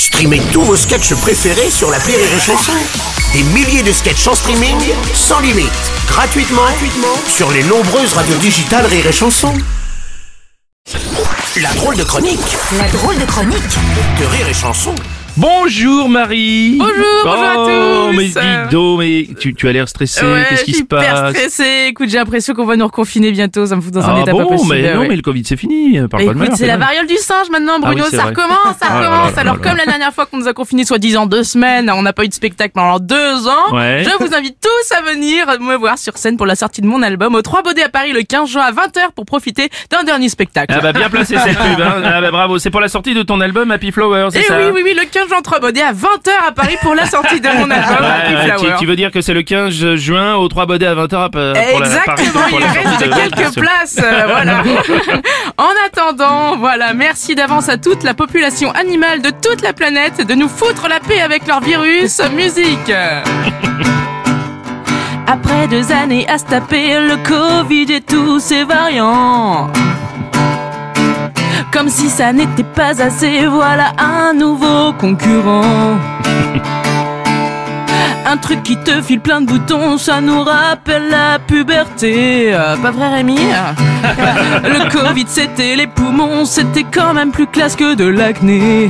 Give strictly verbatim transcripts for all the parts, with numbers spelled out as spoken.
Streamez tous vos sketchs préférés sur l'appli Rire et Chanson. Des milliers de sketchs en streaming, sans limite, gratuitement, gratuitement sur les nombreuses radios digitales Rire et Chanson. La drôle de chronique. La drôle de chronique de Rire et Chanson. Bonjour Marie. Bonjour, bonjour à Oh, tous. mais dis donc, mais tu, tu as l'air stressée, Ouais, qu'est-ce qui se je suis hyper passe? stressée. Écoute, j'ai l'impression qu'on va nous reconfiner bientôt. Ça me fout dans un Ah état pas bon, possible. mais non, ouais. mais le Covid c'est fini, parle pas de Écoute, malheur. c'est la variole du singe maintenant, Bruno. Ah oui, c'est ça vrai. recommence, ça Ah là là recommence. là Alors, là comme là. la dernière fois qu'on nous a confinés, soi-disant deux semaines, on n'a pas eu de spectacle pendant deux ans. Ouais. Je vous invite tous à venir me voir sur scène pour la sortie de mon album au Trois Baudets à Paris le quinze juin à vingt heures pour profiter d'un dernier spectacle. Ah bah bien placé cette pub, hein. Ah bah bravo, c'est pour la sortie de ton album Happy Flower, c'est Et ça? oui, oui, oui, le quinze juin, Trois Baudets à vingt heures à Paris pour la sortie de mon album Happy Ouais, Flower. tu, tu veux dire que c'est le quinze juin au Trois Baudets à vingt heures pour la, Exactement, pour il la sortie reste de- quelques places, euh, voilà. En attendant, voilà, merci d'avance à toute la population animale de toute la planète de nous foutre la paix avec leur virus. Musique. Après deux années à se taper le Covid et tous ses variants, comme si ça n'était pas assez, voilà un nouveau concurrent. Un truc qui te file plein de boutons, ça nous rappelle la puberté. Euh, pas vrai Rémi? Le Covid c'était les poumons, c'était quand même plus classe que de l'acné.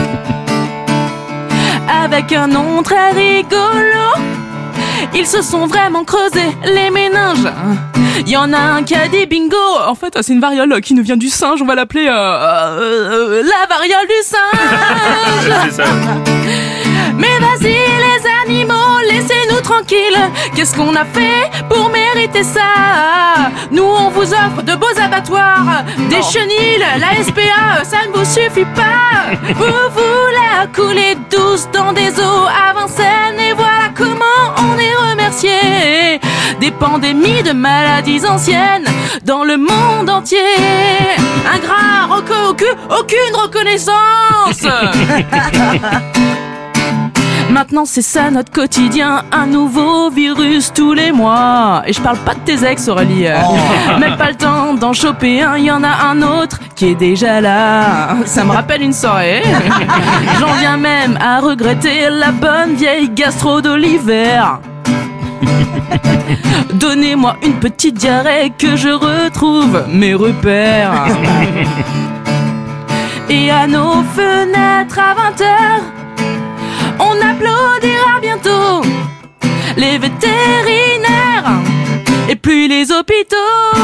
Avec un nom très rigolo, ils se sont vraiment creusés les méninges. Il y en a un qui a dit bingo. En fait, c'est une variole qui nous vient du singe. On va l'appeler euh, euh, euh, la variole du singe. C'est ça. Mais vas-y les animaux, laissez-nous tranquilles. Qu'est-ce qu'on a fait pour mériter ça? Nous on vous offre de beaux abattoirs, des chenilles, la S P A, ça ne vous suffit pas. Vous vous la coulez douce dans des eaux à Vincennes. Et voilà comment on est remercié. Des pandémies de maladies anciennes dans le monde entier. Ingrat, reco- aucune, aucune reconnaissance. Maintenant c'est ça notre quotidien, un nouveau virus tous les mois. Et je parle pas de tes ex Aurélie, oh. Même pas le temps d'en choper un, y en a un autre qui est déjà là. Ça me rappelle une soirée. J'en viens même à regretter la bonne vieille gastro de l'hiver. Donnez-moi une petite diarrhée que je retrouve mes repères. Et à nos fenêtres à vingt heures, on applaudira bientôt les vétérinaires et puis les hôpitaux.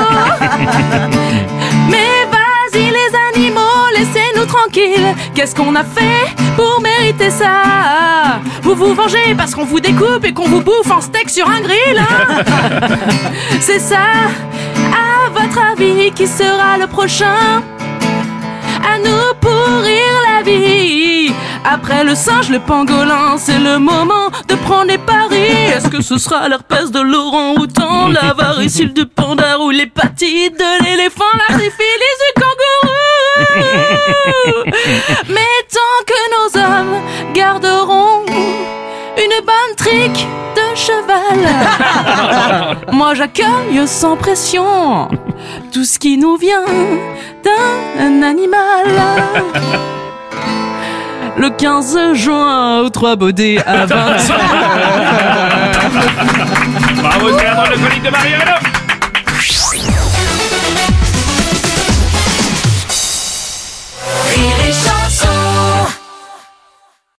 Mais vas-y les animaux, laissez-nous tranquilles. Qu'est-ce qu'on a fait pour mériter ça? Vous vous vengez parce qu'on vous découpe et qu'on vous bouffe en steak sur un grill, hein? C'est ça, à votre avis, qui sera le prochain à nous pourrir la vie? Après le singe, le pangolin, c'est le moment de prendre les paris. Est-ce que ce sera l'herpès de l'orang-outan, la varicelle du panda ou l'hépatite de l'éléphant, la syphilis du kangourou? Mais tant que nos hommes garderont une bonne trique de cheval, moi j'accueille sans pression tout ce qui nous vient d'un animal. Le quinze juin au Trois Baudets à vingt heures. Bravo, c'est la drôle de chronique de Marie.